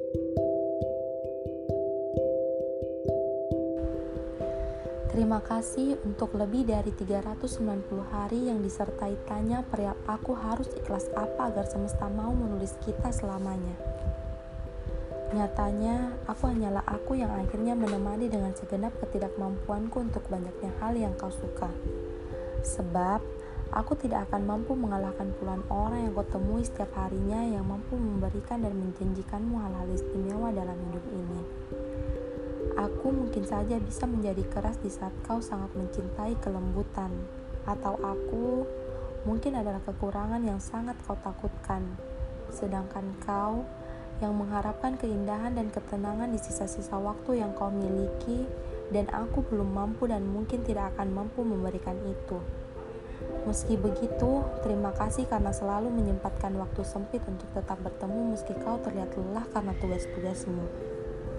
Terima kasih untuk lebih dari 390 hari yang disertai tanya perihal aku harus ikhlas apa agar semesta mau menulis kita selamanya. Nyatanya, aku hanyalah aku yang akhirnya menemani dengan segenap ketidakmampuanku untuk banyaknya hal yang kau suka. Sebab, aku tidak akan mampu mengalahkan puluhan orang yang kau temui setiap harinya yang mampu memberikan dan menjanjikanmu hal-hal istimewa dalam hidup ini. Aku mungkin saja bisa menjadi keras di saat kau sangat mencintai kelembutan, atau aku mungkin adalah kekurangan yang sangat kau takutkan, sedangkan kau yang mengharapkan keindahan dan ketenangan di sisa-sisa waktu yang kau miliki, dan aku belum mampu dan mungkin tidak akan mampu memberikan itu. Meski begitu, terima kasih karena selalu menyempatkan waktu sempit untuk tetap bertemu meski kau terlihat lelah karena tugas-tugasmu.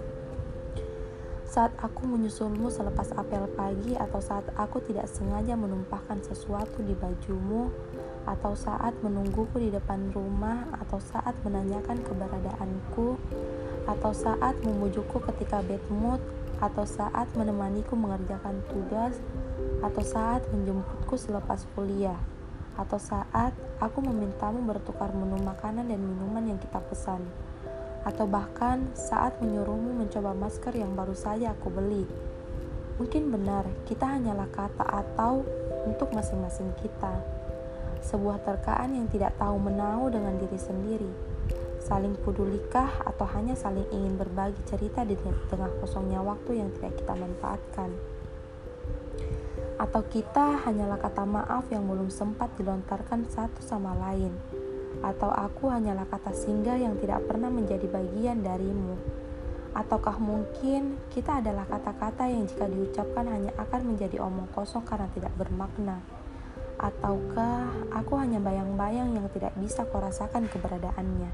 Saat aku menyusulmu selepas apel pagi, atau saat aku tidak sengaja menumpahkan sesuatu di bajumu, atau saat menungguku di depan rumah, atau saat menanyakan keberadaanku, atau saat memujukku ketika bad mood, atau saat menemaniku mengerjakan tugas, atau saat menjemputku selepas kuliah, atau saat aku memintamu bertukar menu makanan dan minuman yang kita pesan, atau bahkan saat menyuruhmu mencoba masker yang baru saja aku beli. Mungkin benar, kita hanyalah kata atau untuk masing-masing kita. Sebuah terkaan yang tidak tahu menau dengan diri sendiri. Saling pedulikah atau hanya saling ingin berbagi cerita di tengah kosongnya waktu yang tidak kita manfaatkan? Atau kita hanyalah kata maaf yang belum sempat dilontarkan satu sama lain? Atau aku hanyalah kata singgah yang tidak pernah menjadi bagian darimu? Ataukah mungkin kita adalah kata-kata yang jika diucapkan hanya akan menjadi omong kosong karena tidak bermakna? Ataukah aku hanya bayang-bayang yang tidak bisa kau rasakan keberadaannya?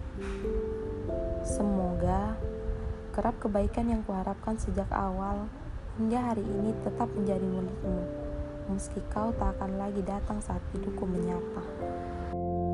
Semoga kerap kebaikan yang kuharapkan sejak awal hingga hari ini tetap menjadi milikmu, meski kau tak akan lagi datang saat hidupku menyapa.